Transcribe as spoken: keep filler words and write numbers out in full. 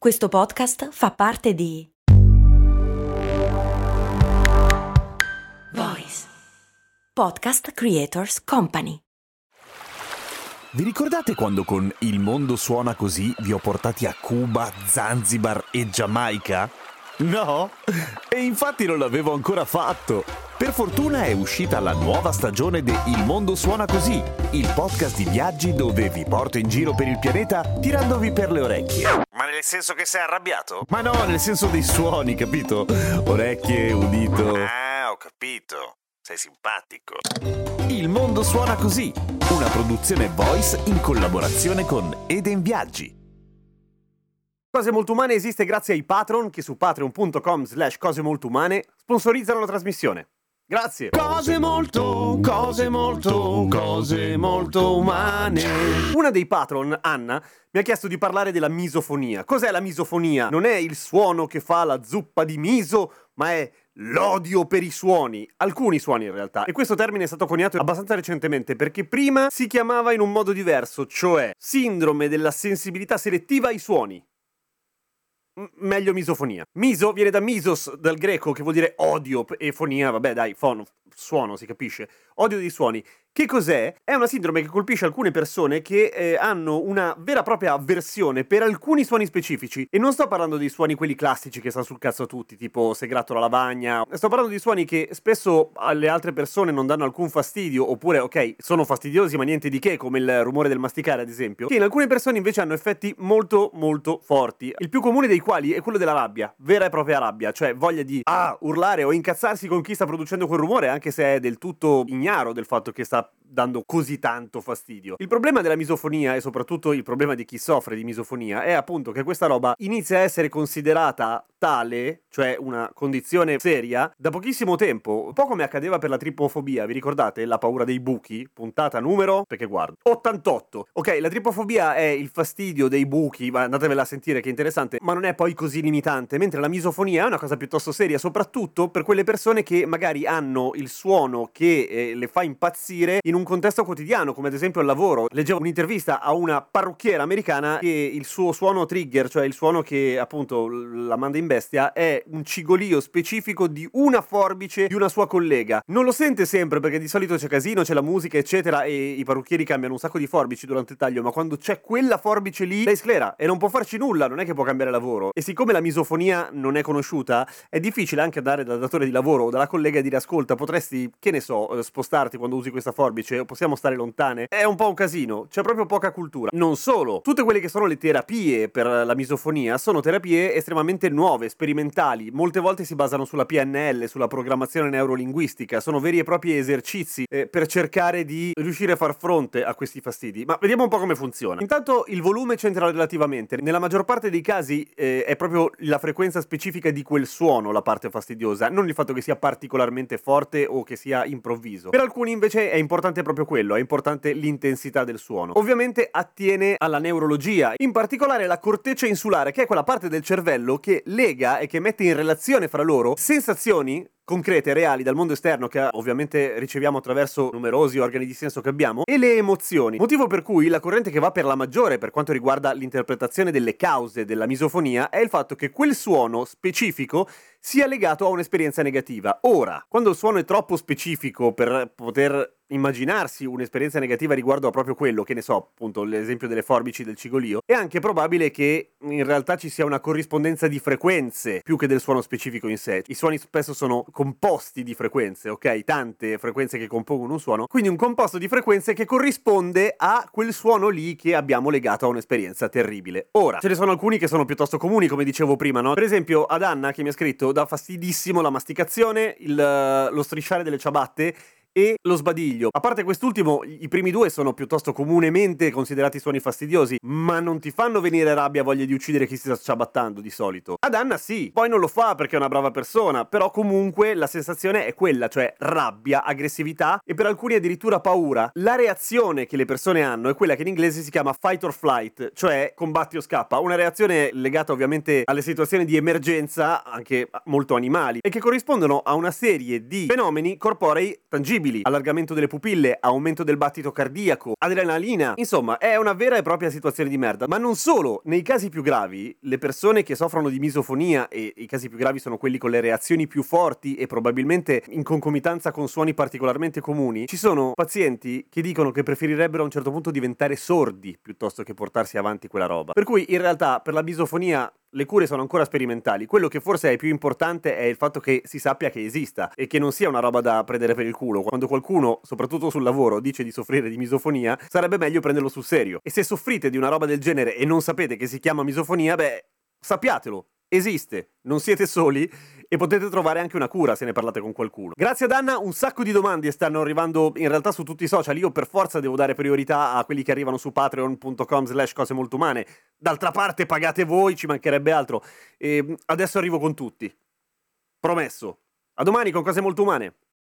Questo podcast fa parte di Voice Podcast Creators Company. Vi ricordate quando con Il mondo suona così vi ho portati a Cuba, Zanzibar e Giamaica? No? E infatti non l'avevo ancora fatto. Per fortuna è uscita la nuova stagione di Il mondo suona così, il podcast di viaggi dove vi porto in giro per il pianeta tirandovi per le orecchie. Ma nel senso che sei arrabbiato? Ma no, nel senso dei suoni, capito? Orecchie, udito. Ah, ho capito. Sei simpatico. Il mondo suona così, una produzione Voice in collaborazione con Eden Viaggi. Cose Molto Umane esiste grazie ai patron che su patreon punto com slash cose molto umane sponsorizzano la trasmissione. Grazie. Cose molto, cose molto, cose molto umane. Una dei patron, Anna, mi ha chiesto di parlare della misofonia. Cos'è la misofonia? Non è il suono che fa la zuppa di miso, ma è l'odio per i suoni, alcuni suoni in realtà. E questo termine è stato coniato abbastanza recentemente perché prima si chiamava in un modo diverso, cioè sindrome della sensibilità selettiva ai suoni. M- meglio misofonia. Miso viene da misos, dal greco, che vuol dire odio, e fonia, vabbè dai, fono, suono, si capisce. Odio dei suoni. Che cos'è? È una sindrome che colpisce alcune persone che eh, hanno una vera e propria avversione per alcuni suoni specifici. E non sto parlando dei suoni quelli classici che stanno sul cazzo a tutti, tipo se gratto la lavagna. Sto parlando di suoni che spesso alle altre persone non danno alcun fastidio, oppure, ok, sono fastidiosi ma niente di che, come il rumore del masticare ad esempio, che in alcune persone invece hanno effetti molto molto forti. Il più comune dei quali è quello della rabbia, vera e propria rabbia, cioè voglia di ah, urlare o incazzarsi con chi sta producendo quel rumore, anche se è del tutto ignaro del fatto che sta dando così tanto fastidio. Il problema della misofonia, e soprattutto il problema di chi soffre di misofonia, è appunto che questa roba inizia a essere considerata tale, cioè una condizione seria, da pochissimo tempo. Un po' come accadeva per la tripofobia, vi ricordate? La paura dei buchi? Puntata numero, perché guardo, ottantotto. Ok, la tripofobia è il fastidio dei buchi, ma andatevela a sentire che è interessante, ma non è poi così limitante, mentre la misofonia è una cosa piuttosto seria, soprattutto per quelle persone che magari hanno il suono che eh, le fa impazzire in un contesto quotidiano, come ad esempio al lavoro. Leggevo un'intervista a una parrucchiera americana che il suo suono trigger, cioè il suono che appunto la manda in bestia, è un cigolio specifico di una forbice di una sua collega. Non lo sente sempre perché di solito c'è casino, c'è la musica eccetera e i parrucchieri cambiano un sacco di forbici durante il taglio, ma quando c'è quella forbice lì lei sclera e non può farci nulla, non è che può cambiare lavoro. E siccome la misofonia non è conosciuta, è difficile anche andare dal datore di lavoro o dalla collega e dire ascolta, potresti, che ne so, spostarti quando usi questa forbice o possiamo stare lontane? È un po' un casino, c'è proprio poca cultura. Non solo, tutte quelle che sono le terapie per la misofonia sono terapie estremamente nuove, sperimentali, molte volte si basano sulla P N L, sulla programmazione neurolinguistica, sono veri e propri esercizi eh, per cercare di riuscire a far fronte a questi fastidi. Ma vediamo un po' come funziona. Intanto il volume c'entra relativamente, nella maggior parte dei casi eh, è proprio la frequenza specifica di quel suono la parte fastidiosa, non il fatto che sia particolarmente forte o che sia improvviso. Per alcuni invece è importante proprio quello, è importante l'intensità del suono. Ovviamente attiene alla neurologia, in particolare la corteccia insulare, che è quella parte del cervello che lega e che mette in relazione fra loro sensazioni concrete, reali, dal mondo esterno, che ovviamente riceviamo attraverso numerosi organi di senso che abbiamo, e le emozioni. Motivo per cui la corrente che va per la maggiore per quanto riguarda l'interpretazione delle cause della misofonia è il fatto che quel suono specifico sia legato a un'esperienza negativa. Ora, quando il suono è troppo specifico per poter immaginarsi un'esperienza negativa riguardo a proprio quello, che ne so, appunto l'esempio delle forbici del cigolio, è anche probabile che in realtà ci sia una corrispondenza di frequenze più che del suono specifico in sé. I suoni spesso sono composti di frequenze, ok? Tante frequenze che compongono un suono, quindi un composto di frequenze che corrisponde a quel suono lì che abbiamo legato a un'esperienza terribile. Ora, ce ne sono alcuni che sono piuttosto comuni, come dicevo prima, no? Per esempio ad Anna, che mi ha scritto, dà fastidissimo la masticazione, il, lo strisciare delle ciabatte e lo sbadiglio. A parte quest'ultimo, i primi due sono piuttosto comunemente considerati suoni fastidiosi, ma non ti fanno venire rabbia, voglia di uccidere chi si sta ciabattando di solito. Ad Anna sì, poi non lo fa perché è una brava persona, però comunque la sensazione è quella, cioè rabbia, aggressività e per alcuni addirittura paura. La reazione che le persone hanno è quella che in inglese si chiama fight or flight, cioè combatti o scappa, una reazione legata ovviamente alle situazioni di emergenza, anche molto animali, e che corrispondono a una serie di fenomeni corporei tangibili. irreversibili, allargamento delle pupille, aumento del battito cardiaco, adrenalina. Insomma, è una vera e propria situazione di merda. Ma non solo, nei casi più gravi, le persone che soffrono di misofonia, e i casi più gravi sono quelli con le reazioni più forti e probabilmente in concomitanza con suoni particolarmente comuni, ci sono pazienti che dicono che preferirebbero a un certo punto diventare sordi piuttosto che portarsi avanti quella roba. Per cui in realtà per la misofonia le cure sono ancora sperimentali. Quello che forse è più importante è il fatto che si sappia che esista e che non sia una roba da prendere per il culo. Quando qualcuno, soprattutto sul lavoro, dice di soffrire di misofonia, sarebbe meglio prenderlo sul serio. E se soffrite di una roba del genere e non sapete che si chiama misofonia, beh, sappiatelo. Esiste, non siete soli e potete trovare anche una cura se ne parlate con qualcuno. Grazie ad Anna, un sacco di domande stanno arrivando in realtà su tutti i social. Io per forza devo dare priorità a quelli che arrivano su patreon punto com slash cose molto umane. D'altra parte pagate voi, ci mancherebbe altro. E adesso arrivo con tutti. Promesso. A domani con Cose Molto Umane.